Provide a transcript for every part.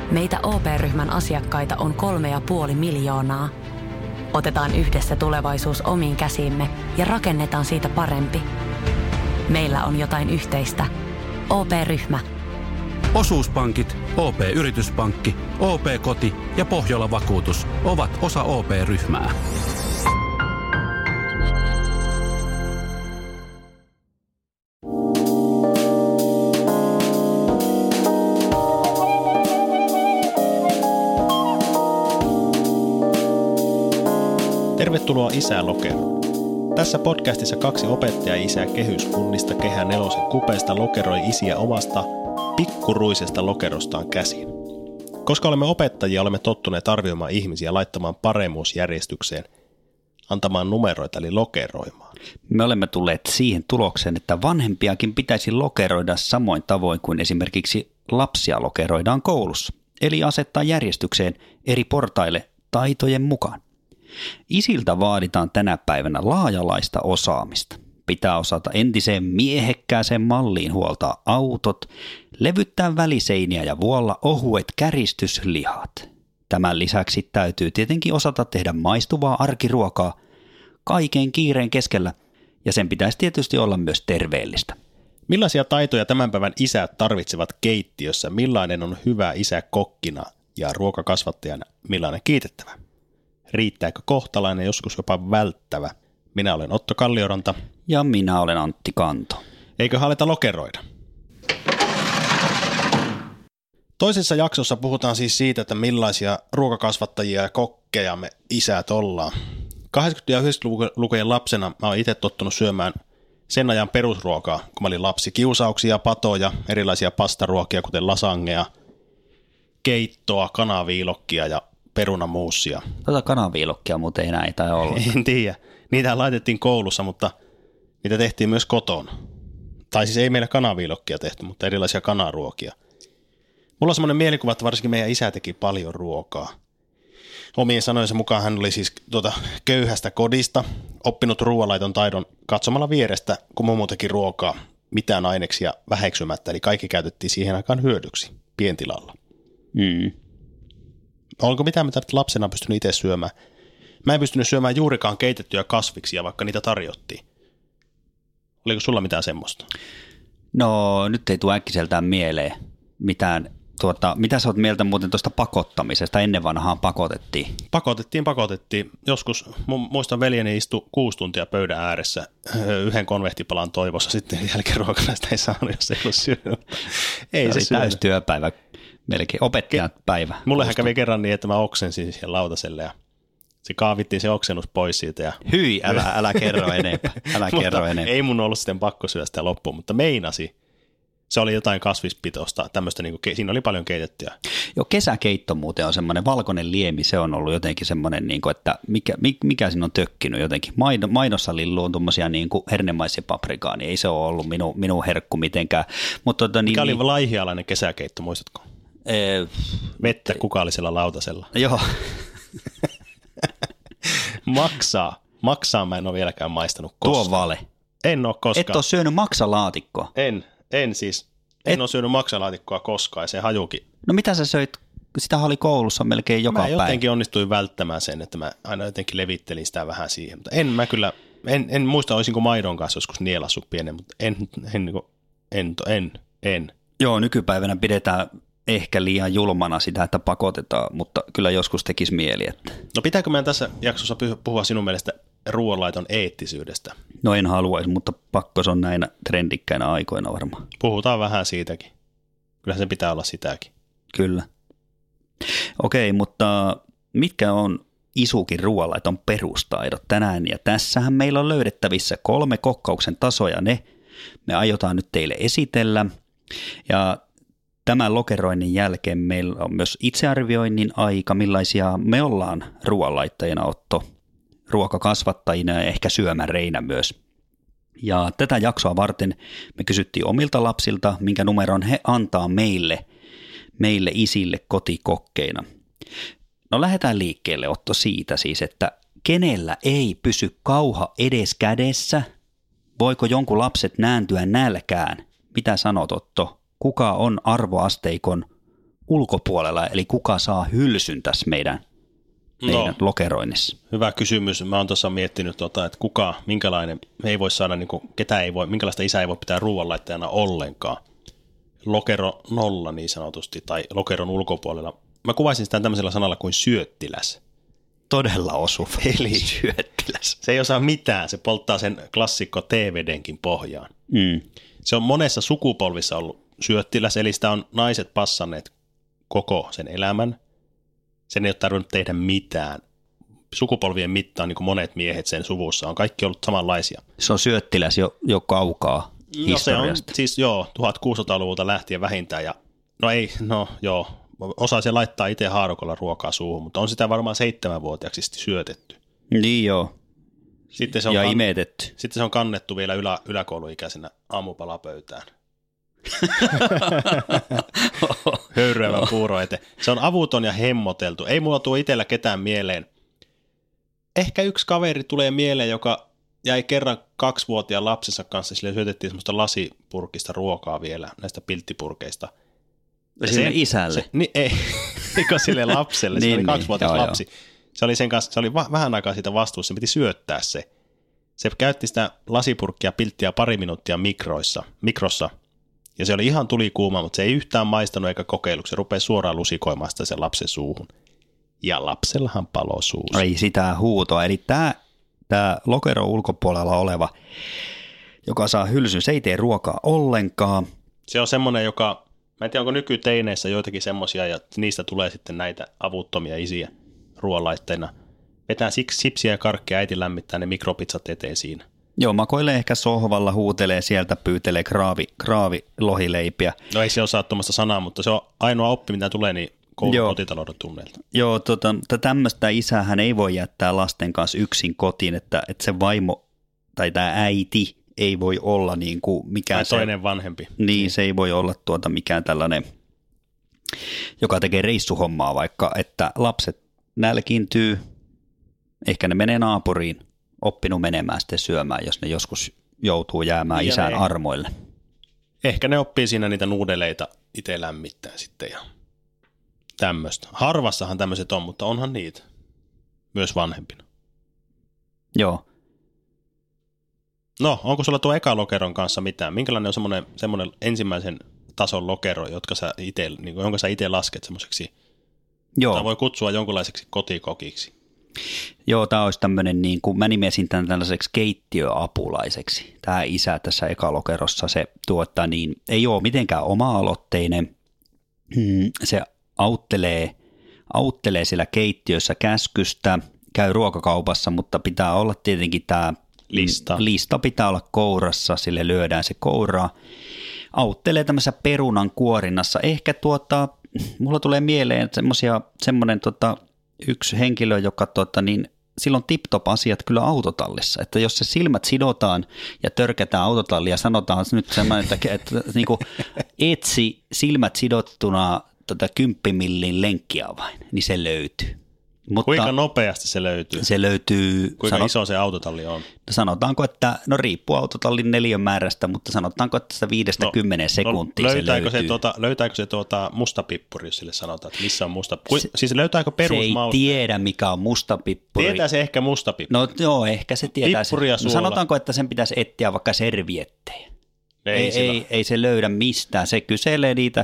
Meitä OP-ryhmän asiakkaita on 3,5 miljoonaa. Otetaan yhdessä tulevaisuus omiin käsiimme ja rakennetaan siitä parempi. Meillä on jotain yhteistä. OP-ryhmä. Osuuspankit, OP-yrityspankki, OP-koti ja Pohjola-vakuutus ovat osa OP-ryhmää. Tervetuloa Isää Lokeroon. Tässä podcastissa 2 opettaja-isää kehyskunnista Kehä Nelosen kupeesta lokeroi isiä omasta pikkuruisesta lokerostaan käsin. Koska olemme opettajia, olemme tottuneet arvioimaan ihmisiä, laittamaan paremmuusjärjestykseen, antamaan numeroita eli lokeroimaan. Me olemme tulleet siihen tulokseen, että vanhempiakin pitäisi lokeroida samoin tavoin kuin esimerkiksi lapsia lokeroidaan koulussa, eli asettaa järjestykseen eri portaille taitojen mukaan. Isiltä vaaditaan tänä päivänä laajalaista osaamista. Pitää osata entiseen miehekkääseen malliin huoltaa autot, levyttää väliseiniä ja vuolla ohuet käristyslihat. Tämän lisäksi täytyy tietenkin osata tehdä maistuvaa arkiruokaa kaiken kiireen keskellä, ja sen pitäisi tietysti olla myös terveellistä. Millaisia taitoja tämän päivän isät tarvitsevat keittiössä? Millainen on hyvä isä kokkina ja ruokakasvattajana? Millainen kiitettävä? Riittääkö kohtalainen, joskus jopa välttävä? Minä olen Otto Kallioranta. Ja minä olen Antti Kanto. Eikö aleta lokeroida? Toisessa jaksossa puhutaan siis siitä, että millaisia ruokakasvattajia ja kokkeja me isät ollaan. 80- ja 90-lukujen lapsena mä oon itse tottunut syömään sen ajan perusruokaa, kun mä olin lapsi. Kiusauksia, patoja, erilaisia pastaruokia, kuten lasagneja, keittoa, kanaviilokkia ja perunamuussia. Kanaviilokkia muuten enää ei tai olla. En tiedä. Niitä laitettiin koulussa, mutta niitä tehtiin myös kotona. Tai siis ei meillä kanaviilokkia tehty, mutta erilaisia kanaruokia. Mulla on semmoinen mielikuva, että varsinkin meidän isä teki paljon ruokaa. Omien sanojensa mukaan hän oli siis köyhästä kodista, oppinut ruoanlaiton taidon katsomalla vierestä, kun mummo teki ruokaa, mitään aineksia väheksymättä. Eli kaikki käytettiin siihen aikaan hyödyksi pientilalla. Onko mitään, mitä lapsena pystynyt itse syömään? Mä en pystynyt syömään juurikaan keitettyjä kasviksia, vaikka niitä tarjottiin. Oliko sulla mitään semmoista? No nyt ei tule äkkiseltään mieleen mitään. Mitä sä oot mieltä muuten tuosta pakottamisesta? Ennen vanhaan pakotettiin. Pakotettiin. Joskus muistan veljeni istui 6 tuntia pöydän ääressä yhden konvehtipalan toivossa. Sitten jälkiruokana sitä ei saanut, jos ei ollut syönyt. Ei se täystyöpäivä. Melkein opettajan päivä. Mullehan kävi kerran niin, että mä oksensin siihen lautaselle ja se kaavittiin se oksennus pois siitä. Ja hyi, älä kerro enempää. Ei mun ollut sitten pakko syödä sitä loppuun, mutta meinasi. Se oli jotain kasvispitoista, tämmöistä, siinä oli paljon keitettyä. Joo, kesäkeitto muuten on semmoinen valkoinen liemi, se on ollut jotenkin semmoinen, että mikä siinä on tökkinyt jotenkin. Maidossa lilluun tuommoisia hernemaisia paprikaa, niin ei se ole ollut minun herkku mitenkään. Mikä oli laihialainen kesäkeitto, muistatko? Vettä kukallisella lautasella. Joo. Maksaa mä en ole vieläkään maistanut koskaan. Tuo vale. En ole koskaan. Et ole syönyt maksalaatikkoa? En ole syönyt maksalaatikkoa koskaan ja se hajukin. No mitä sä söit? Sitä oli koulussa melkein joka päivä. Mä jotenkin onnistuin välttämään sen, että mä aina jotenkin levittelin sitä vähän siihen. Mutta en muista, olisinko maidon kanssa joskus nielassut pienen, mutta en. Joo, nykypäivänä pidetään ehkä liian julmana sitä, että pakotetaan, mutta kyllä joskus tekisi mieli. Että. No pitääkö meidän tässä jaksossa puhua sinun mielestä ruoanlaiton eettisyydestä? No en haluaisi, mutta pakko se on näinä trendikkäinä aikoina varmaan. Puhutaan vähän siitäkin. Kyllä se pitää olla sitäkin. Kyllä. Okei, mutta mitkä on isukin ruoanlaiton perustaidot tänään? Ja tässähän meillä on löydettävissä 3 kokkauksen tasoja. Ne me aiotaan nyt teille esitellä. Ja tämän lokeroinnin jälkeen meillä on myös itsearvioinnin aika, millaisia me ollaan ruoanlaittajina, Otto, ruokakasvattajina ja ehkä syömäreinä myös. Ja tätä jaksoa varten me kysyttiin omilta lapsilta, minkä numeron he antaa meille isille kotikokkeina. No lähdetään liikkeelle, Otto, siitä siis, että kenellä ei pysy kauha edes kädessä? Voiko jonkun lapset nääntyä nälkään? Mitä sanot, Otto? Kuka on arvoasteikon ulkopuolella, eli kuka saa hylsyn tässä meidän lokeroinnissa? Hyvä kysymys. Mä oon tuossa miettinyt, että kuka, minkälainen, ei voi saada, niin kuin, minkälaista isää ei voi pitää ruoanlaittajana ollenkaan. Lokero 0 niin sanotusti, tai lokeron ulkopuolella. Mä kuvaisin sitä tämmöisellä sanalla kuin syöttiläs. Todella osuva, eli syöttiläs. Se ei osaa mitään, se polttaa sen klassikko TVDnkin pohjaan. Se on monessa sukupolvissa ollut syöttiläs, eli sitä on naiset passanneet koko sen elämän. Sen ei ole tarvinnut tehdä mitään. Sukupolvien mittaan niin kuin monet miehet sen suvussa on kaikki ollut samanlaisia. Se on syöttiläs jo kaukaa historiasta. Se on siis 1600-luvulta lähtien vähintään. Ja, osaa se laittaa itse haarukolla ruokaa suuhun, mutta on sitä varmaan 7-vuotiaaksi syötetty. Niin joo. Sitten se on imetetty. Sitten se on kannettu vielä yläkouluikäisenä aamupalapöytään. Höyryävä puuro eteen. Se on avuton ja hemmoteltu. Ei mulla tuo itsellä ketään mieleen. Ehkä yksi kaveri tulee mieleen, joka jäi kerran 2-vuotiaan lapsensa kanssa, sille syötettiin semmoista lasipurkista ruokaa vielä, näistä pilttipurkeista. Ja sille isälle? Eikä sille lapselle, se oli 2-vuotias lapsi. Joo. Se oli sen kanssa, se oli vähän aikaa siitä vastuussa, se piti syöttää se. Se käytti sitä lasipurkkia, pilttiä 2 minuuttia mikrossa. Ja se oli ihan tulikuuma, mutta se ei yhtään maistanut eikä kokeillut. Se rupesi suoraan lusikoimaan sitä sen lapsen suuhun. Ja lapsellahan palo suussa. Ei sitä huutoa. Eli tämä lokero ulkopuolella oleva, joka saa hylsyn, se ei tee ruokaa ollenkaan. Se on semmoinen, joka, mä en tiedä onko nykyteineissä joitakin semmoisia, ja niistä tulee sitten näitä avuttomia isiä ruoanlaitteina. Vetää sipsiä ja karkkia, äiti lämmittää ne mikropizzat eteen siinä. Joo, makoilee ehkä sohvalla, huutelee sieltä, pyytelee kraavi lohileipiä. No ei se osaa tuommoista sanaa, mutta se on ainoa oppi, mitä tulee niin kotitalouden tunneilta. Joo, tämmöistä isähän ei voi jättää lasten kanssa yksin kotiin, että se vaimo tai tämä äiti ei voi olla niin kuin mikään tai toinen vanhempi. Niin, se ei voi olla mikään tällainen, joka tekee reissuhommaa vaikka, että lapset nälkiintyy, ehkä ne menee naapuriin, oppinut menemään sitten syömään, jos ne joskus joutuu jäämään ja isän armoille. Ehkä ne oppii siinä niitä nuudeleita itse lämmittää sitten ja tämmöistä. Harvassahan tämmöiset on, mutta onhan niitä myös vanhempina. Joo. No, onko sulla tuo ekalokeron kanssa mitään? Minkälainen on semmoinen ensimmäisen tason lokero, jonka sä itse lasket semmoiseksi, jota voi kutsua jonkunlaiseksi kotikokiksi? Joo, tämä olisi tämmöinen, niin kuin mä nimesin tämän tällaiseksi keittiöapulaiseksi. Tämä isä tässä ekalokerossa, se ei ole mitenkään oma-aloitteinen. Se auttelee siellä keittiössä käskystä, käy ruokakaupassa, mutta pitää olla tietenkin tämä lista pitää olla kourassa, sille lyödään se kouraa. Auttelee tämmöisessä perunan kuorinnassa. Ehkä mulla tulee mieleen semmoinen yksi henkilö, joka sillä on tip-top asiat kyllä autotallissa, että jos se silmät sidotaan ja törkätään autotallia ja sanotaan nyt semmoinen, että niin kuin etsi silmät sidottuna 10 millin lenkkiavain, niin se löytyy. Mutta kuinka nopeasti se löytyy? Se löytyy. Kuinka iso se autotalli on? Sanotaanko, että riippuu autotallin neliömäärästä, mutta sanotaanko, että 5-10 sekuntia se löytyy. Löytääkö se mustapippuri, jos sille sanotaan, että missä on mustapippuri? Siis löytääkö perusmauste? Se ei tiedä, mikä on mustapippuri. Tietää se ehkä mustapippuri. No joo, ehkä se tietää. No, sanotaanko, että sen pitäisi etsiä vaikka serviettejä. Ei se löydä mistään. Se kyselee niitä.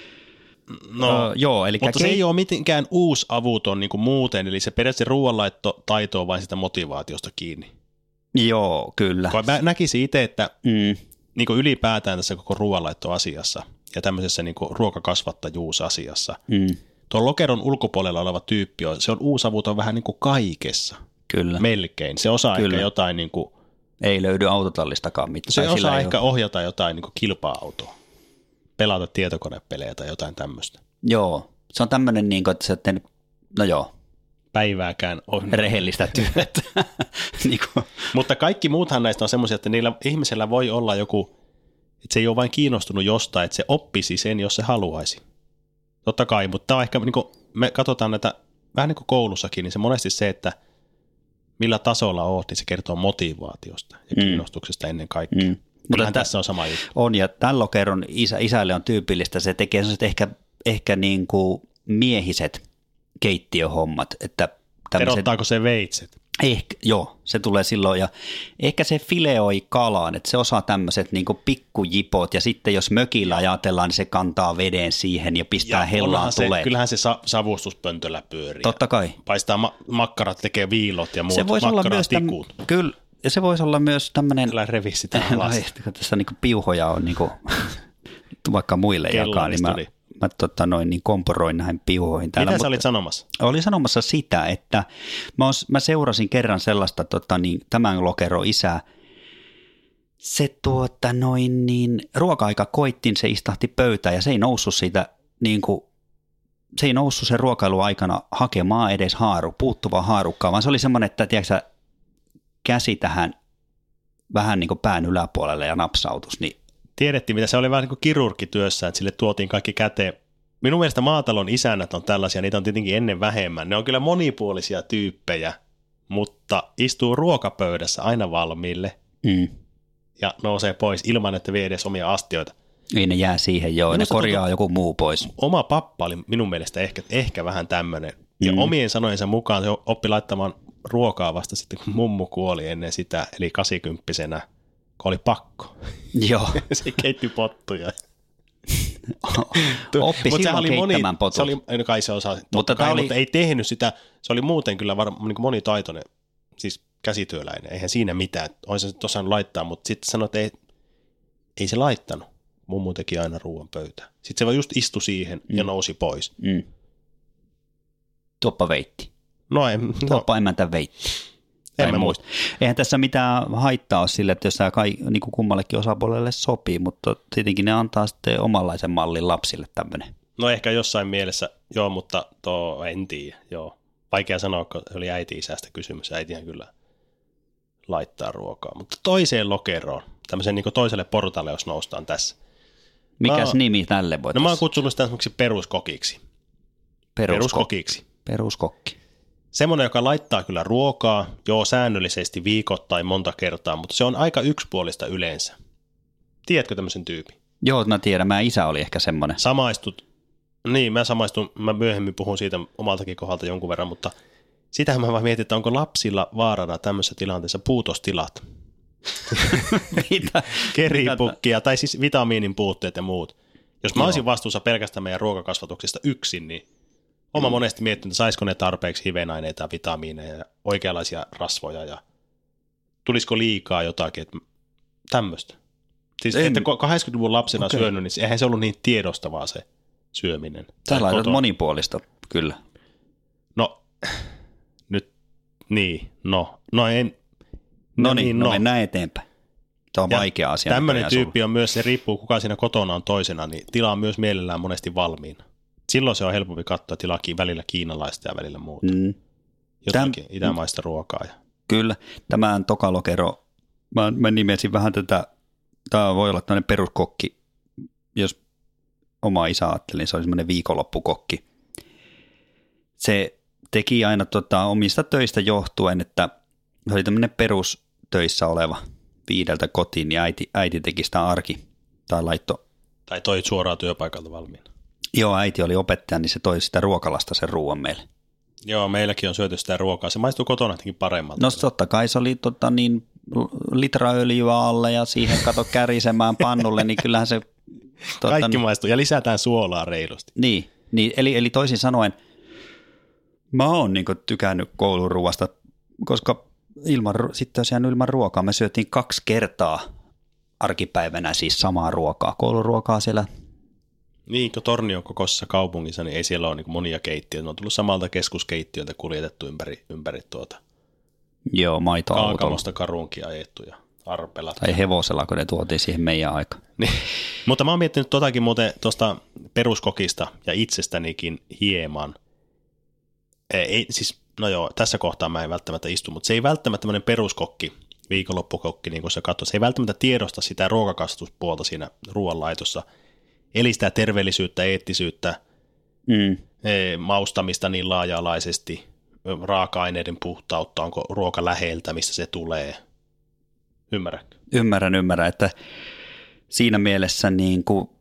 No, joo, mutta se ei ole mitenkään uusi avuton niin kuin muuten, eli se periaatteessa ruoanlaittotaito on vain sitä motivaatiosta kiinni. Joo, kyllä. Mä näkisin itse, että niin kuin ylipäätään tässä koko ruoanlaittoasiassa ja tämmöisessä niin kuin ruokakasvattajuusasiassa, tuon lokeron ulkopuolella oleva tyyppi, se on uusi avuton vähän niin kuin kaikessa. Kyllä. Melkein. Se osaa ehkä jotain niin kuin, ei löydy autotallistakaan mitään. Se osaa ehkä ohjata jotain niin kuin kilpa-autoa. Pelata tietokonepelejä tai jotain tämmöistä. Joo, se on tämmöinen, niin kuin, että sä teet, päivääkään on rehellistä työtä. Niin mutta kaikki muuthan näistä on semmoisia, että niillä ihmisellä voi olla joku, että se ei ole vain kiinnostunut jostain, että se oppisi sen, jos se haluaisi. Totta kai, mutta tämä on ehkä, niin kuin me katsotaan näitä vähän niin kuin koulussakin, niin se monesti se, että millä tasolla oot, niin se kertoo motivaatiosta ja kiinnostuksesta ennen kaikkea. Mutta tässä on sama juttu. On, ja tällä lokeron isälle on tyypillistä, se tekee sellaiset ehkä niin kuin miehiset keittiöhommat. Että erottaako se veitset? Ehkä, joo, se tulee silloin ja ehkä se fileoi kalaan, että se osaa tämmöiset niin kuin pikkujipot ja sitten jos mökillä ajatellaan, niin se kantaa veden siihen ja pistää hellaan tuleen. Kyllähän se savustuspöntöllä pyörii. Totta kai. Paistaa makkarat, tekee viilot ja muut se voisi olla myös kyllä, ja se voisi olla myös tämmöinen. Kyllä revi sitä alas. Tässä niin kuin piuhoja on niin kuin, vaikka muille jakaa, niin mä niin komporoin näihin piuhoihin täällä. Mitä sä olit sanomassa? Olin sanomassa sitä, että mä seurasin kerran sellaista tämän lokero isää. Se ruoka-aika koittiin, se istahti pöytään ja se ei noussut siitä se ei noussut sen ruokailuaikana hakemaan edes puuttuvaa haarukkaa, vaan se oli semmoinen, että tiedätkö, käsi tähän vähän niin kuin pään yläpuolelle ja napsautus. Niin tiedettiin, mitä se oli vähän niin kuin kirurgityössä, että sille tuotiin kaikki käteen. Minun mielestä maatalon isännät on tällaisia, niitä on tietenkin ennen vähemmän. Ne on kyllä monipuolisia tyyppejä, mutta istuu ruokapöydässä aina valmiille ja nousee pois ilman, että vie edes omia astioita. Ei ne jää siihen, joo, ne korjaa joku muu pois. Oma pappa oli minun mielestä ehkä vähän tämmöinen. Ja omien sanojensa mukaan se oppi laittamaan ruokaa vasta sitten, kun mummu kuoli ennen sitä, eli 80-vuotiaana, kun oli pakko. Joo. Se keitti pottuja. Oppi silloin keittämään potut. Se oli, kai se osaa, mutta ei tehnyt sitä. Se oli muuten kyllä niin monitaitoinen, siis käsityöläinen. Eihän siinä mitään. Olisi se osannut laittaa, mutta sitten sanoi, että ei se laittanut. Mummu teki aina ruoan pöytään. Sitten se vaan just istui siihen ja nousi pois. Tuoppa veitti. Tuoppa emäntä veitti. En mä muista. Eihän tässä mitään haittaa ole sille, että jos tämä niin kummallekin osapuolelle sopii, mutta tietenkin ne antaa sitten omanlaisen mallin lapsille tämmöinen. No ehkä jossain mielessä, joo, mutta en tiedä, joo. Vaikea sanoa, kun oli äiti-isästä kysymys. Äitihän kyllä laittaa ruokaa. Mutta toiseen lokeroon, tämmöisen niin toiselle portaalle, jos noustaan tässä. Mikäs nimi tälle voitaisiin? No mä oon kutsunut sitä esimerkiksi peruskokiksi. Peruskokki. Semmoinen, joka laittaa kyllä ruokaa, joo, säännöllisesti viikoittain monta kertaa, mutta se on aika yksipuolista yleensä. Tiedätkö tämmöisen tyypin? Joo, mä tiedän. Mä isä oli ehkä semmoinen. Samaistut. Niin, mä samaistun. Mä myöhemmin puhun siitä omaltakin kohdalta jonkun verran, mutta sitähän mä vaan mietin, että onko lapsilla vaarana tämmöisessä tilanteessa puutostilat. Keripukkia tai siis vitamiinin puutteet ja muut. Jos mä olisin vastuussa pelkästään meidän ruokakasvatuksesta yksin, niin olen monesti miettinyt, että saisiko ne tarpeeksi hivenaineita ja vitamiineja ja oikeanlaisia rasvoja ja tulisiko liikaa jotakin, että tämmöistä. Siis että 80-luvun lapsena syönyt, niin eihän se ollut niin tiedostavaa se syöminen. Tällä on monipuolista, kyllä. No, nyt, niin, mennään eteenpäin. Tämä on vaikea asia. Tämmöinen tyyppi on myös, se riippuu kuka siinä kotona on toisena, niin tilaa myös mielellään monesti valmiina. Silloin se on helpompi katsoa tilaakin välillä kiinalaista ja välillä muuta. Jotakin itämaista ruokaa. Kyllä. Tämän tokalokero, mä nimesin vähän tätä, tämä voi olla tämmöinen peruskokki, jos oma isä ajatteli, niin se oli semmoinen viikonloppukokki. Se teki aina omista töistä johtuen, että se oli tämmöinen perustöissä oleva 5 kotiin, niin äiti teki sitä Tai toi suoraan työpaikalta valmiina. Joo, äiti oli opettaja, niin se toi sitä ruokalasta sen ruoan meille. Joo, meilläkin on syöty sitä ruokaa. Se maistuu kotona jotenkin paremmalta. No totta kai se oli litra öljyä alle ja siihen kato kärisemään pannulle, niin kyllähän se kaikki maistuu ja lisätään suolaa reilusti. Niin eli toisin sanoen, mä oon tykännyt kouluruuasta, koska sitten tosiaan ilman ruokaa me syötiin 2 kertaa arkipäivänä siis samaa ruokaa. Kouluruokaa siellä. Niin, kun Tornion kokoisessa kaupungissa, niin ei siellä ole monia keittiöitä. Ne on tullut samalta keskuskeittiöltä kuljetettu ympäri Joo, maitoautolla. Kaakamosta karunkia ajettu ja arpelat. Tai hevosella, kun ne tuotiin siihen meidän aikaan. Niin. Mutta mä oon miettinyt totakin muuten tuosta peruskokista ja itsestänikin hieman. No joo, tässä kohtaa mä en välttämättä istu, mutta se ei välttämättä tämmöinen peruskokki, viikonloppukokki, niin kuin se katsoo, se ei välttämättä tiedosta sitä ruokakasvatuspuolta siinä ruoanlaitossa, eli sitä terveellisyyttä, eettisyyttä, maustamista niin laaja-alaisesti, raaka-aineiden puhtautta, onko ruoka läheltä, mistä se tulee. Ymmärrätkö? Ymmärrän, että siinä mielessä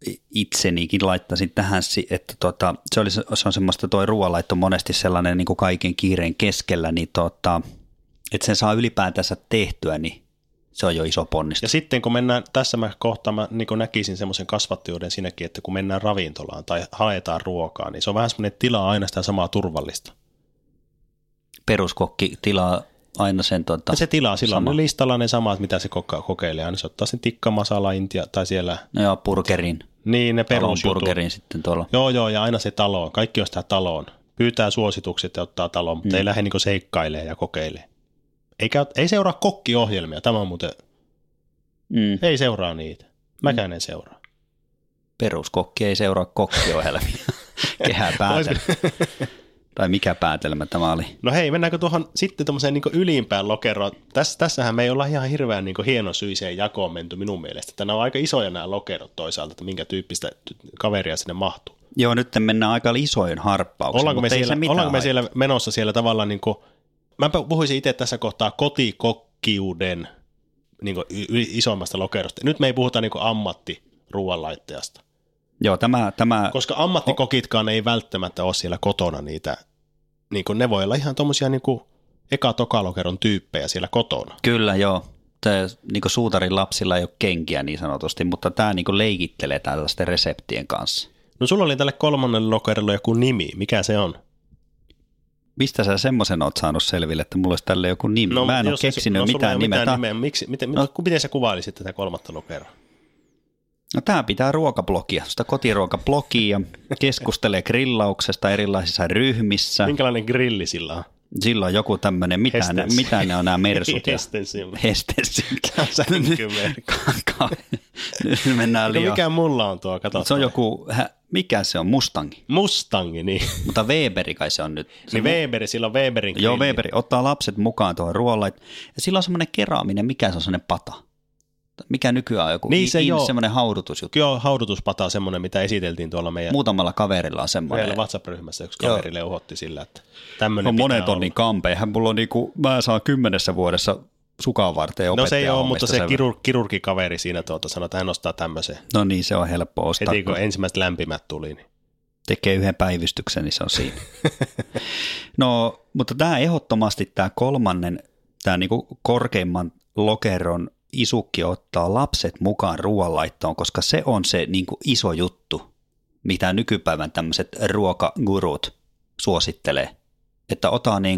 itsenikin laittaisin tähän, että se on semmoista toi ruoanlaitto monesti sellainen niin kuin kaiken kiireen keskellä, niin että sen saa ylipäätänsä tehtyä, niin se on jo iso ponnistus. Ja sitten kun mennään, tässä mä niin näkisin semmoisen kasvattajuuden siinäkin, että kun mennään ravintolaan tai haetaan ruokaa, niin se on vähän semmoinen tilaa aina sitä samaa turvallista. Peruskokki tilaa aina sen se tilaa silloin on listalla ne samat, mitä se kokeilee. Aina se ottaa sen tikka masala Intia tai siellä. No joo, burgerin. Niin, ne perusjutut. Burgerin sitten tuolla. Joo, ja aina se taloon. Kaikki on sitä taloon. Pyytää suositukset ja ottaa taloon, mutta ei lähde niin seikkailemaan ja kokeilemaan. Ei seuraa kokkiohjelmia. Tämä on muuten, ei seuraa niitä. Mäkään en seuraa. Peruskokki ei seuraa kokkiohjelmia. Kehäpäätelmä. Tai mikä päätelmä tämä oli? No hei, mennäänkö tuohon sitten tuommoiseen niin ylimpään lokeroon? Tässähän me ei olla ihan hirveän niin hienosyiseen jakoon menty minun mielestä. Nämä on aika isoja nämä lokerot toisaalta, että minkä tyyppistä kaveria sinne mahtuu. Joo, nyt mennään aika isoin harppauksiin. Ollaanko me siellä menossa siellä tavallaan, niin kuin, mä puhuisin itse tässä kohtaa kotikokkiuden niin isommasta lokerosta. Nyt me ei puhuta niin ammattiruuanlaittajasta. Joo, tämä koska ammattikokitkaan ei välttämättä ole siellä kotona niitä, niin kuin ne voi olla ihan tuommoisia niin eka-tokalokeron tyyppejä siellä kotona. Kyllä, joo. Niin suutarin lapsilla ei ole kenkiä niin sanotusti, mutta tämä niin leikittelee tällaisten reseptien kanssa. No sulla oli tälle kolmannelle lokerolle joku nimi. Mikä se on? Mistä sä semmoisen oot saanut selville, että mulla olisi tälle joku nimi? Mä en ole keksinyt mitään nimeä. Miten sä kuvailisit tätä kolmatta lokeroa? No tämä pitää ruokablogia, sitä kotiruokablogia, keskustelee grillauksesta erilaisissa ryhmissä. Minkälainen grilli sillä on? Sillä on joku tämmöinen, mitä ne on nämä mersut? Hestensin. Nyt mennään liian. Mikä mulla on tuo? Katsotaan. Se on joku, mikä se on? Mustangi. Mustangi, niin. Mutta Weberi kai se on nyt. Niin Weberi, sillä on Weberin grilli. Joo, Weberi. Ottaa lapset mukaan tuohon ruoalle. Ja sillä on semmoinen keraaminen, mikä se on semmoinen pata? Mikä nykyään on joku semmoinen haudutusjuttu? Joo, haudutuspata on semmoinen, mitä esiteltiin tuolla meidän. Muutamalla kaverilla on semmoinen. Meillä WhatsApp-ryhmässä yksi kaveri leuhotti sillä, että tämmöinen pitää olla. Monet on niin kampeja. Mulla on niinku, mä saan 10 vuodessa sukaan varten opettaja. No se ei ole, mutta se kirurgikaveri siinä sanoi, että hän ostaa tämmöisen. No niin, se on helppo ostaa. Heti kun ensimmäiset lämpimät tuli. Niin. Tekee yhden päivystyksen, niin se on siinä. No, mutta tämä ehdottomasti tämä kolmannen, tämä niinku korkeimman lokeron isukki ottaa lapset mukaan ruoanlaittoon, koska se on se niin kuin iso juttu, mitä nykypäivän tämmöiset ruokagurut suosittelee. Että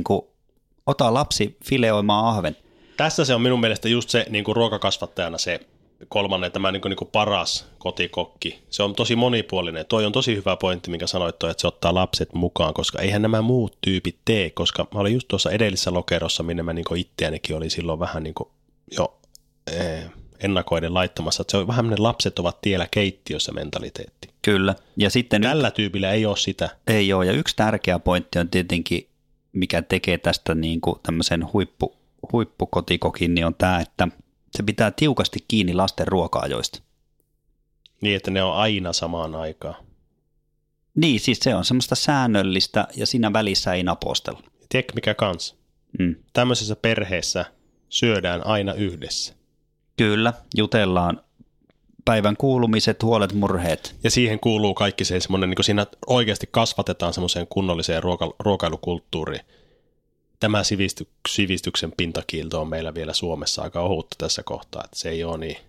ota lapsi fileoimaan ahven. Tässä se on minun mielestä just se niin kuin ruokakasvattajana se kolmannen, tämä niin kuin paras kotikokki. Se on tosi monipuolinen. Toi on tosi hyvä pointti, minkä sanoit, että se ottaa lapset mukaan, koska eihän nämä muut tyypit tee, koska mä olin just tuossa edellisessä lokerossa, minne mä niin kuin itseänikin oli silloin vähän niin kuin jo ennakoiden laittamassa, että se on vähän lapset ovat tiellä keittiössä mentaliteetti. Kyllä. Ja sitten tällä tyypillä ei ole sitä. Ei ole, ja yksi tärkeä pointti on tietenkin, mikä tekee tästä niin kuin tämmöisen huippukotikokin, niin on tämä, että se pitää tiukasti kiinni lasten ruoka-ajoista. Niin, että ne on aina samaan aikaan. Niin, siis se on semmoista säännöllistä, ja siinä välissä ei napostella. Tiedätkö mikä kans? Tämmöisessä perheessä syödään aina yhdessä. Kyllä, jutellaan päivän kuulumiset, huolet, murheet. Ja siihen kuuluu kaikki se semmoinen, niin kuin siinä oikeasti kasvatetaan semmoiseen kunnolliseen ruokailukulttuuriin. Tämä sivistyksen pintakiilto on meillä vielä Suomessa aika ohutta tässä kohtaa, että se ei ole niin.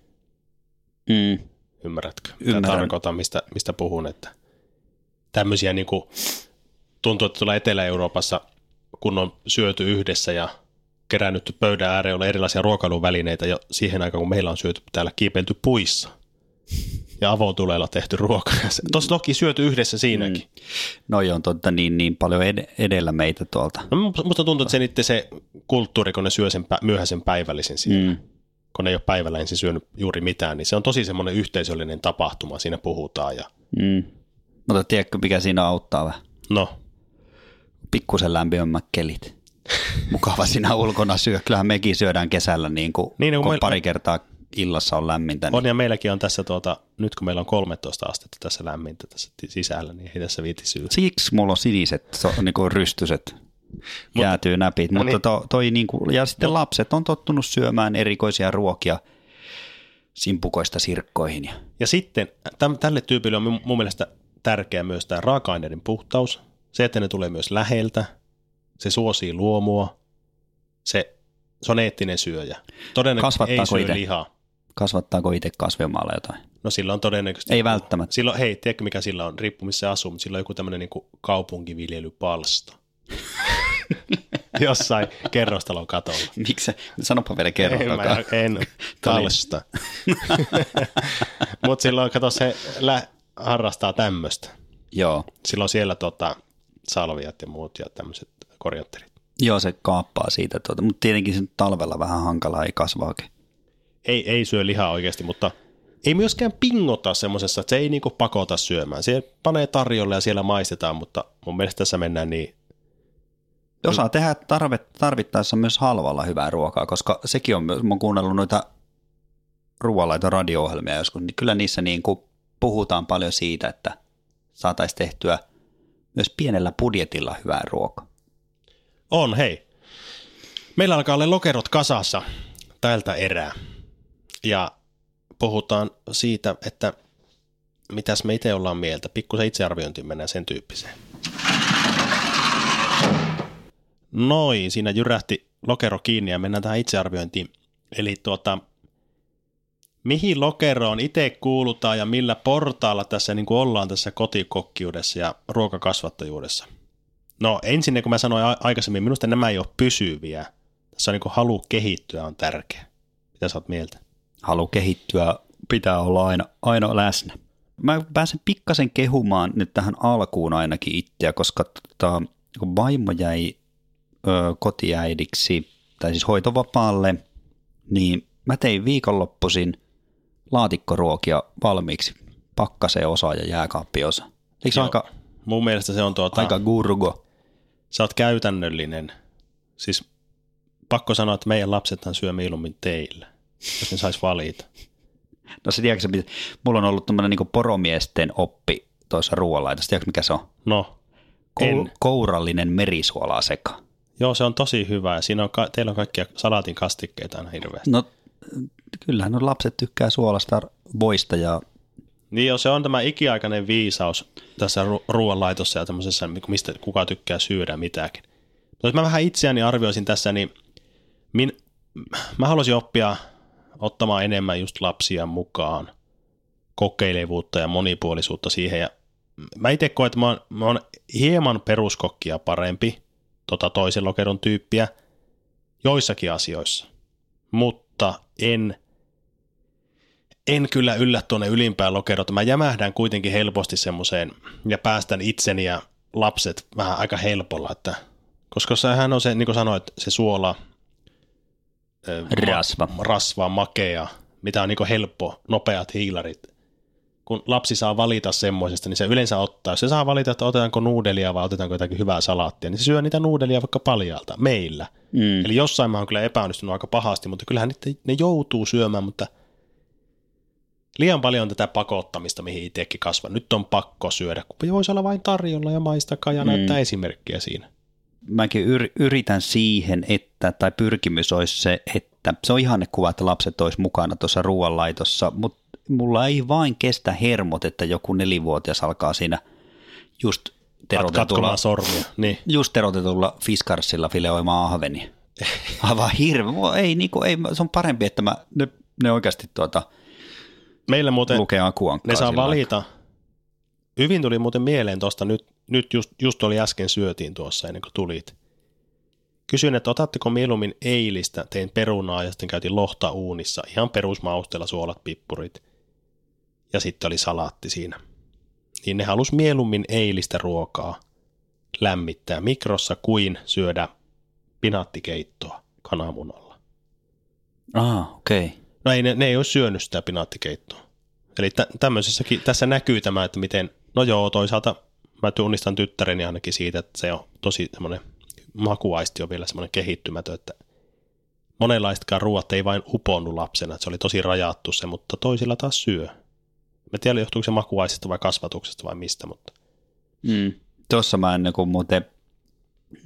Ymmärrätkö? Tarkoitan, mistä puhun, että tämmöisiä niin kuin, tuntuu, että tuolla Etelä-Euroopassa, kun on syöty yhdessä ja kerännyt pöydän ääreen olla erilaisia ruokailuvälineitä jo siihen aikaan, kun meillä on syöty täällä kiipeilty puissa ja avotuleella tehty ruokaa. Toki syöty yhdessä siinäkin. Noi on niin paljon edellä meitä tuolta. No, musta tuntuu, että se kulttuuri, kun ne syö sen myöhäisen päivällisen siinä, kun ne ei ole päivällä ensin syönyt juuri mitään, niin se on tosi semmoinen yhteisöllinen tapahtuma, siinä puhutaan. Ja. Mutta tiedätkö, mikä siinä auttaa vähän? No? Pikkusen lämpimämmät kelit. Mukava siinä ulkona syö. Kyllähän mekin syödään kesällä, kun pari kertaa illassa on lämmintä. On, ja meilläkin on tässä, nyt kun meillä on 13 astetta tässä lämmintä tässä sisällä, niin ei tässä viiti syödä. Siksi mulla on siniset, rystyset, jäätyy näpit. Mutta ja sitten lapset on tottunut syömään erikoisia ruokia simpukoista sirkkoihin. Ja sitten tälle tyypille on mun mielestä tärkeä myös tämä raaka-aineiden puhtaus. Se, että ne tulee myös läheltä. Se suosii luomua. Se on eettinen syöjä. Todennäköisesti ei syö lihaa. Kasvattaako itse kasvimaalla jotain? No sillä on todennäköisesti. Ei välttämättä. Hei, tiedätkö mikä sillä on? Riippuu missä se asuu, mutta sillä on joku tämmöinen niin kuin kaupunkiviljelypalsta. Jossain kerrostalon katolla. Miksi? Sanopa vielä kerrostakaan. En palsta. Mutta silloin, kato, se harrastaa tämmöistä. Joo. Silloin siellä salviat ja muut ja tämmöiset korianterit. Joo, se kaappaa siitä. Mutta tietenkin se talvella vähän hankalaa, ei kasvaakin. Ei syö lihaa oikeasti, mutta ei myöskään pingota semmoisessa, että se ei niinku pakota syömään. Se panee tarjolle ja siellä maistetaan, mutta mun mielestä tässä mennään niin. Osaa tehdä tarvittaessa myös halvalla hyvää ruokaa, koska sekin on, mä oon kuunnellut noita ruoanlaiton radio-ohjelmia joskus, niin kyllä niissä niin kuin puhutaan paljon siitä, että saataisiin tehtyä myös pienellä budjetilla hyvää ruokaa. On, hei. Meillä alkaa olla lokerot kasassa tältä erää. Ja puhutaan siitä, että mitäs me itse ollaan mieltä. Pikkusen itsearviointiin mennään sen tyyppiseen. Noin, siinä jyrähti lokero kiinni ja mennään tähän itsearviointiin. Eli mihin lokeroon itse kuulutaan ja millä portaalla tässä niin kuin ollaan tässä kotikokkiudessa ja ruokakasvattajuudessa? No ensin, kun mä sanoin aikaisemmin, minusta nämä ei ole pysyviä. Tässä on niin kuin halu kehittyä on tärkeä. Mitä sä oot mieltä? Halu kehittyä pitää olla aina läsnä. Mä pääsen pikkasen kehumaan nyt tähän alkuun ainakin itseä, koska kun vaimo jäi kotiäidiksi, tai siis hoitovapaalle, niin mä tein viikonloppuisin laatikkoruokia valmiiksi, pakkaseen osa ja jääkaappiosa. Eikö se aika, mun mielestä se on aika gurgo? Sä oot käytännöllinen. Siis pakko sanoa, että meidän lapsethan syö mieluummin teillä, jos ne sais valita. No se tiedätkö, mulla on ollut tämmöinen niin poromiesten oppi tuossa ruoanlaitossa. Tiedätkö mikä se on? No, kourallinen merisuolaseka. Joo, se on tosi hyvä ja siinä on teillä on kaikkia salaatin kastikkeita aina hirveästi. No kyllähän no lapset tykkää suolasta voista ja... Niin joo, se on tämä ikiaikainen viisaus tässä ruoanlaitossa ja tämmöisessä, mistä kuka tykkää syödä mitäkin. Jos mä vähän itseäni arvioisin tässä, niin mä haluaisin oppia ottamaan enemmän just lapsia mukaan, kokeilevuutta ja monipuolisuutta siihen. Ja mä itse koen, että mä oon hieman peruskokkia parempi, toisen lokeron tyyppiä, joissakin asioissa, mutta en kyllä yllä tuonne ylimpään lokeroon. Mä jämähdän kuitenkin helposti semmoiseen ja päästän itseni ja lapset vähän aika helpolla, että, koska sehän on se, niin kuin sanoit, se suola, rasva, makea, mitä on niin kuin helppo, nopeat hiilarit. Kun lapsi saa valita semmoisesta, niin se yleensä ottaa. Jos se saa valita, että otetaanko nuudelia vai otetaanko jotakin hyvää salaattia, niin se syö niitä nuudelia vaikka paljalta meillä. Eli jossain mä oon kyllä epäonnistunut aika pahasti, mutta kyllähän ne joutuu syömään, mutta liian paljon on tätä pakottamista, mihin itsekin kasvan. Nyt on pakko syödä, kun voisi olla vain tarjolla ja maistakaa ja näyttää esimerkkiä siinä. Mäkin yritän siihen, tai pyrkimys olisi se, että se on ihannekuva, että lapset olisi mukana tuossa ruoanlaitossa, mutta mulla ei vain kestä hermot, että joku 4-vuotias alkaa siinä just terotetulla sormia. Niin. Just terotetulla fiskarsilla fileoimaan ahvenia. Aivan hirveä. Se on parempi, että ne oikeasti meillä muuten lukee akuankkaa. Ne saa valita. Hyvin tuli muuten mieleen tuosta, nyt just oli äsken syötiin tuossa ennen kuin tulit. Kysyin, että otatteko mieluummin eilistä, tein perunaa ja sitten käytiin lohta uunissa, ihan perusmausteella, suolat, pippurit ja sitten oli salaatti siinä. Niin ne halusi mieluummin eilistä ruokaa lämmittää mikrossa kuin syödä pinaattikeittoa kananmunalla. Okei. Okay. No ne ei olisi syönyt sitä pinaattikeittoa. Eli tämmöisessäkin, tässä näkyy tämä, että miten, no joo, toisaalta mä tunnistan tyttäreni ainakin siitä, että se on tosi semmoinen, makuaisti on vielä semmoinen kehittymätön, että monenlaistakaan ruoat ei vain uponnut lapsena, että se oli tosi rajattu se, mutta toisilla taas syö. Mä tiedän, johtuuko se makuaistista vai kasvatuksesta vai mistä, mutta... Tuossa mä ennen kuin muuten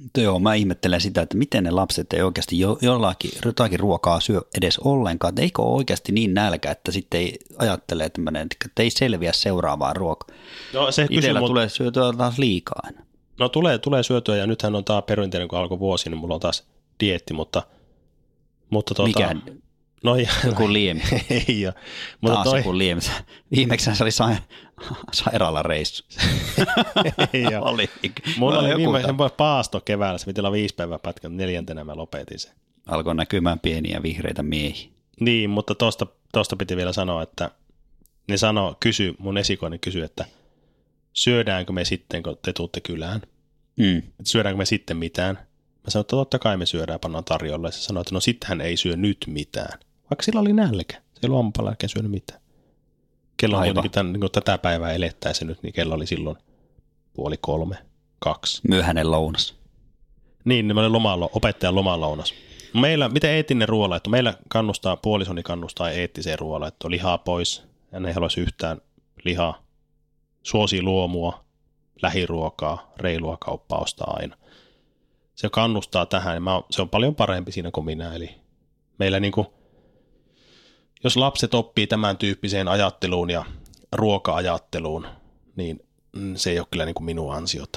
Joo, mä ihmettelen sitä, että miten ne lapset ei oikeasti jotakin ruokaa syö edes ollenkaan. Että eikö ole oikeasti niin nälkä, että sitten ei ajattele, että ei selviä seuraavaan ruokaa. No, se itsellä tulee syötyä taas liikaa aina. No tulee syötyä ja nythän on taas perinteinen, kun alkoi vuosi, niin mulla on taas dieetti, mutta mikä? No, joku liemi. Ei ole. Taas joku liemi. Viimeksi se oli sairaalareissu. Ei ole. Oli. Mulla oli viimeisen paasto keväällä, se piti olla 5 päivää pätkä, mutta 4. mä lopetin sen. Alkoi näkymään pieniä vihreitä miehiä. Niin, mutta tosta piti vielä sanoa, että ne mun esikoinen kysyi, että syödäänkö me sitten, kun te tuutte kylään? Että syödäänkö me sitten mitään? Mä sanoin, että totta kai me syödään, pannaan tarjolle. Ja se sanoi, että no sit hän ei syö nyt mitään. Vaikka sillä oli nälkä. Se ei ollut aamupäivällä jälkeen syönyt mitään. Kello on kuitenkin niin tätä päivää elettäessä nyt, niin kello oli silloin 2:30, 2. Myöhäinen lounas. Niin, mä olin opettajan lomalounas. Meillä, miten eettinen ruoanlaitto? Meillä puolisoni kannustaa eettiseen ruoanlaittoon. Lihaa pois. Hän ei haluaisi yhtään lihaa. Suosii luomua, lähiruokaa, reilua kauppaa ostaa aina. Se kannustaa tähän. Se on paljon parempi siinä kuin minä. Eli meillä jos lapset oppii tämän tyyppiseen ajatteluun ja ruoka-ajatteluun, niin se ei ole kyllä minun ansiota.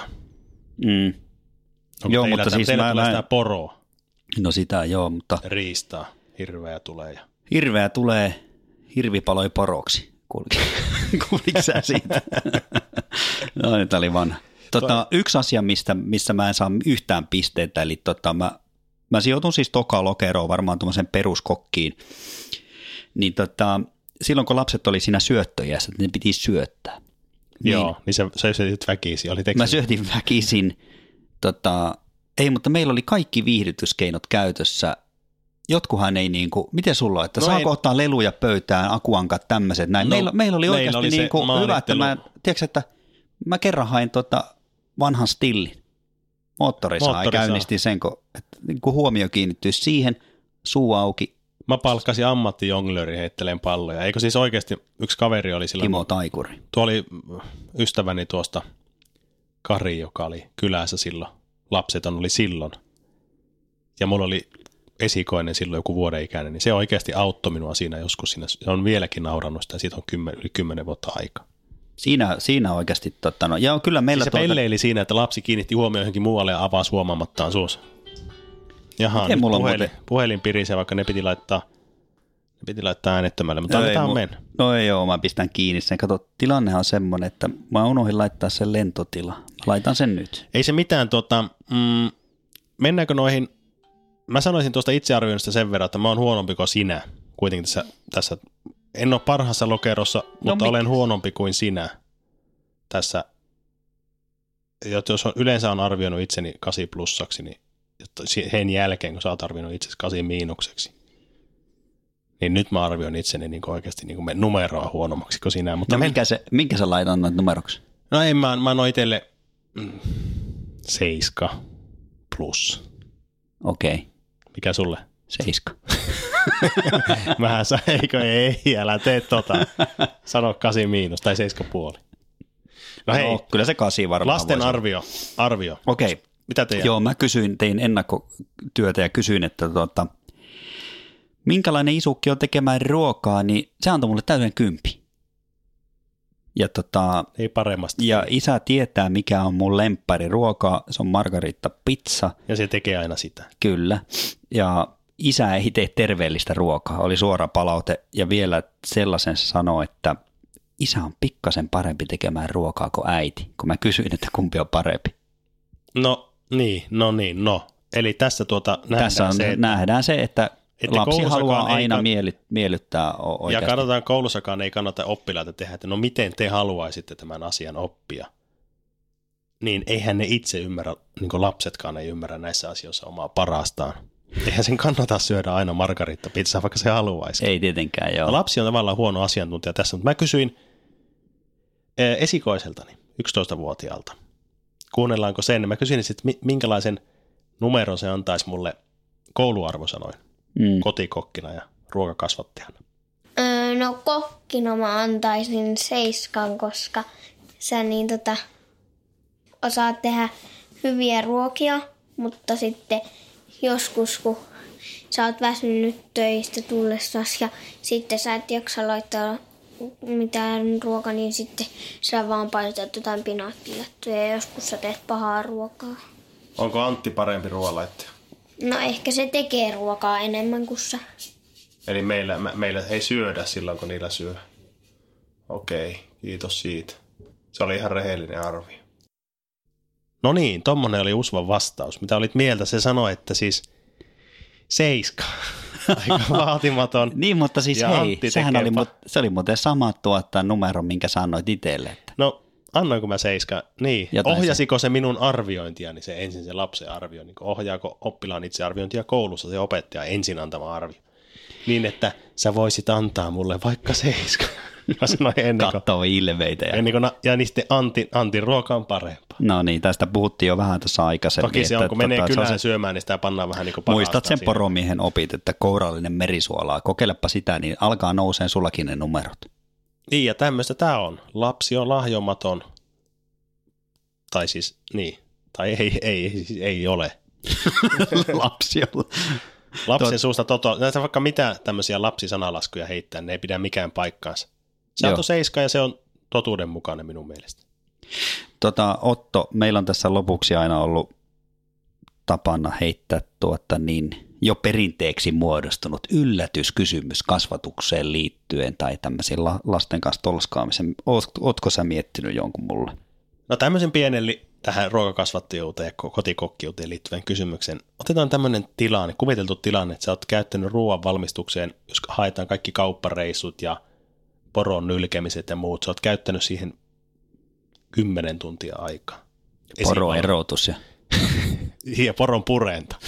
Joo, mutta siis teillä tulee sitä poroa. No sitä joo, mutta riistaa. Hirveä tulee. Hirveä tulee, hirvi paloi poroksi. Kuuliko sä siitä? No nyt oli vanha. Yksi asia, missä mä en saa yhtään pisteitä, eli mä sijoitun siis toka lokeroon varmaan tuommoisen peruskokkiin, niin silloin kun lapset oli siinä syöttöjässä, että ne piti syöttää. Joo, niin sä syötit väkisin. Mä syötin väkisin. Ei, mutta meillä oli kaikki viihdytyskeinot käytössä. Jotkuhan ei miten sulla on, että saako ottaa leluja pöytään, akuankat, tämmöiset näin. No, meillä oli oikeasti hyvä, että tiedätkö, mä kerran hain vanhan stillin. Moottorisaha käynnistin sen, kun huomio kiinnittyy siihen, suu auki. Mä palkkasin ammattijonglöörin heitteleen palloja. Eikö siis oikeasti yksi kaveri oli silloin? Timo Taikuri. Tuo oli ystäväni tuosta Kari, joka oli kylässä silloin. Lapseton oli silloin. Ja mulla oli esikoinen silloin joku vuoden ikäinen, niin se oikeasti auttoi minua siinä joskus. Se on vieläkin naurannut sitä, siitä on yli 10 vuotta aikaa. Siinä oikeasti, ja kyllä meillä se pelleili siinä, että lapsi kiinnitti huomioon johonkin muualle ja avasi huomaamattaan suussa. Jaha, puhelin pirisee, vaikka ne piti laittaa äänettömälle, mutta annetaan mennä. No ei ole, mä pistän kiinni sen. Kato, tilannehan on semmoinen, että mä unohdin laittaa sen lentotila. Mä laitan sen nyt. Ei se mitään, mennäänkö noihin, mä sanoisin tuosta itsearvioinnista sen verran, että mä oon huonompi kuin sinä kuitenkin tässä. En ole parhaassa lokerossa, mutta olen huonompi kuin sinä tässä. Jos yleensä on arvioinut itseni 8 plussaksi, niin sen jälkeen, kun sä oot arvioinut itsesi 8 miinukseksi, niin nyt mä arvioin itseni oikeasti numeroa huonommaksi kuin sinä. Mutta minkä sä laitan noita numeroksi? No ei, mä annoin itselle 7 plus. Okei. Okay. Mikä sulle? 7. Mähän ei, älä tee Sano 8 miinus tai 7,5. No hei. Kyllä se 8 varmaan. Lasten arvio. Okei. Okay. Mitä teidän? Joo, mä tein ennakkotyötä ja kysyin, että minkälainen isukki on tekemään ruokaa, niin se antoi mulle täyden 10. Ja ei paremmasti. Ja isä tietää, mikä on mun lemppari ruokaa, se on margarita pizza. Ja se tekee aina sitä. Kyllä. Ja isä ei tee terveellistä ruokaa, oli suora palaute. Ja vielä sellaisen se sanoi, että isä on pikkasen parempi tekemään ruokaa kuin äiti, kun mä kysyin, että kumpi on parempi. No. Eli tässä nähdään se, että lapsi haluaa aina miellyttää oikeasti. Ja katsotaan, koulussakaan ei kannata oppilaita tehdä, että no miten te haluaisitte tämän asian oppia. Niin eihän ne itse ymmärrä, niin kuin lapsetkaan ei ymmärrä näissä asioissa omaa parastaan. Eihän sen kannata syödä aina margarittapizzaa, vaikka se haluaisi. Ei tietenkään, joo. No, lapsi on tavallaan huono asiantuntija tässä, mutta mä kysyin esikoiseltani, 11-vuotiaalta. Kuunnellaanko sen? Mä kysyin sitten, minkälaisen numeron se antaisi mulle kouluarvosanoin kotikokkina ja ruokakasvattajana. No kokkina mä antaisin 7, koska sä osaat tehdä hyviä ruokia Mutta sitten joskus, kun sä oot väsynyt töistä tullessasi ja sitten sä et jaksa laittaa mitään ruokaa, niin sitten sä vaan paistat jotain pinaattilettuja ja joskus sä teet pahaa ruokaa. Onko Antti parempi ruoanlaittaja? No ehkä se tekee ruokaa enemmän kuin sä. Eli meillä ei syödä silloin, kun niillä syö. Okei, kiitos siitä. Se oli ihan rehellinen arvio. No niin, tommonen oli Usvan vastaus. Mitä olit mieltä? Se sanoi, että siis 7. Aika vaatimaton. Niin, mutta siis ja hei, se oli muuten sama numero, minkä sanoit itselle. Että. No, annoinko mä 7? Niin. Jotain ohjasiko se minun arviointiani, se ensin se lapsen arvio? Niin ohjaako oppilaan itsearviointia koulussa se opettaja ensin antama arvio? Niin, että sä voisit antaa mulle vaikka 7. Mä sanoin ennen kuin... Kattoo ilmeitä. Ja niin sitten Antin ruoka on parempaa. No niin, tästä puhuttiin jo vähän tuossa aikaisemmin. Toki se on, kun menee kylään syömään, niin sitä pannaan vähän niin kuin parasta. Muistat sen poromiehen opit, että kourallinen merisuolaa. Kokeilepa sitä, niin alkaa nouseen sullakin ne numerot. Niin, ja tämmöistä tämä on. Lapsi on lahjomaton. Tai siis, niin. Tai ei ole. Lapsi on... Lapsen suusta näistä vaikka mitä tämmöisiä lapsisanalaskuja heittää, ne ei pidä mikään paikkaansa. Se on 7 ja se on totuudenmukainen minun mielestä. Otto, meillä on tässä lopuksi aina ollut tapana heittää jo perinteeksi muodostunut yllätyskysymys kasvatukseen liittyen tai tämmöisiin lasten kanssa tolskaamisen. Ootko sä miettinyt jonkun mulle? No tämmöisen pienen tähän ruokakasvattajuuteen ja kotikokkiuteen liittyvän kysymyksen. Otetaan tämmöinen tilanne, kuviteltu tilanne, että sä oot käyttänyt ruoan valmistukseen, jos haetaan kaikki kauppareissut ja poron nylkemiset ja muut. Sä oot käyttänyt siihen 10 tuntia aikaa. Poroerotus ja poron purenta.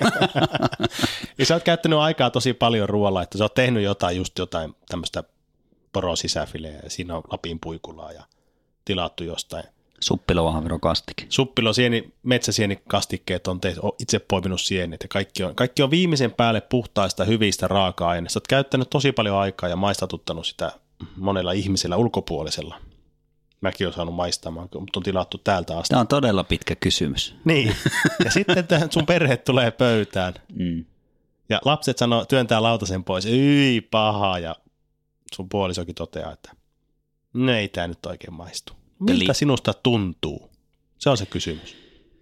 Ja sä oot käyttänyt aikaa tosi paljon ruoalla, että sä oot tehnyt jotain tämmöistä poron sisäfileä ja siinä on Lapin puikulaa ja tilattu jostain. Suppilovahverokastike. Metsäsienikastikkeet on itse poiminut sienet ja kaikki on viimeisen päälle puhtaista hyvistä raaka-aineista. Olet käyttänyt tosi paljon aikaa ja maistatuttanut sitä monella ihmisellä ulkopuolisella. Mäkin olen saanut maistamaan, mutta on tilattu täältä asti. Tämä on todella pitkä kysymys. Niin, ja sitten sun perhe tulee pöytään ja lapset työntää lautasen pois, ei paha, ja sun puolisokin toteaa, että no ei tämä nyt oikein maistu. Miltä sinusta tuntuu? Se on se kysymys.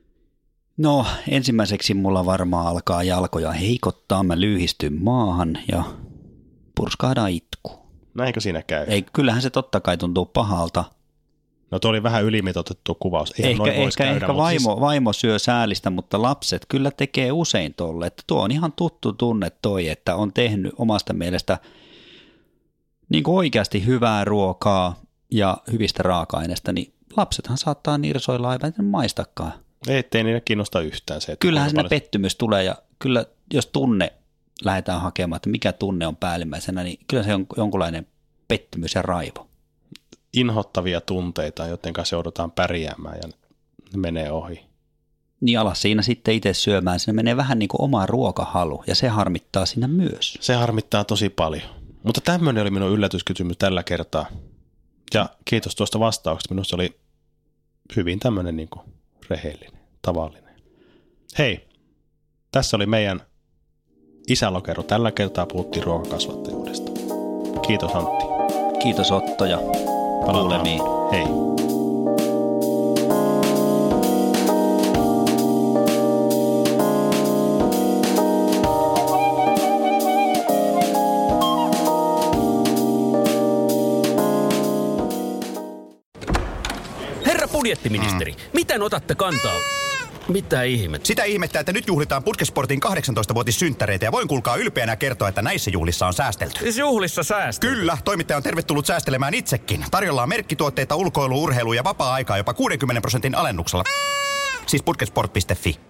No ensimmäiseksi mulla varmaan alkaa jalkoja heikottaa, mä lyyhistyn maahan ja purskahdaan itku. Näinkö siinä käy? Ei, kyllähän se totta kai tuntuu pahalta. No tuo oli vähän ylimitoitettu kuvaus. Ehkä vaimo syö säälistä, mutta lapset kyllä tekee usein tolle. Että tuo on ihan tuttu tunne toi, että on tehnyt omasta mielestä niin kuin oikeasti hyvää ruokaa ja hyvistä raaka-aineista, niin lapsethan saattaa nirsoilla aivan maistakaan. Ettei niitä kiinnosta yhtään se. Kyllähän siinä pettymys tulee ja kyllä jos tunne lähdetään hakemaan, että mikä tunne on päällimmäisenä, niin kyllä se on jonkunlainen pettymys ja raivo. Inhottavia tunteita, joten kanssa joudutaan pärjäämään ja ne menee ohi. Niin alas siinä sitten itse syömään, siinä menee vähän niin kuin oma ruokahalu ja se harmittaa siinä myös. Se harmittaa tosi paljon. Mutta tämmöinen oli minun yllätyskysymys tällä kertaa. Ja kiitos tuosta vastauksesta. Minusta oli hyvin tämmöinen niin kuin rehellinen, tavallinen. Hei, tässä oli meidän isälokero. Tällä kertaa puhuttiin ruokakasvattajuudesta. Kiitos Antti. Kiitos Otto ja kuulemiin. Hei. Budjettiministeri, miten otatte kantaa? Mitä ihmettä? Sitä ihmettä, että nyt juhlitaan Putkesportin 18-vuotissynttäreitä ja voin kuulkaa ylpeänä kertoa, että näissä juhlissa on säästelty. Siis juhlissa säästelty? Kyllä, toimittaja on tervetullut säästelemään itsekin. Tarjolla on merkkituotteita, ulkoilu, urheilu ja vapaa-aikaa jopa 60% alennuksella. Siis putkesport.fi.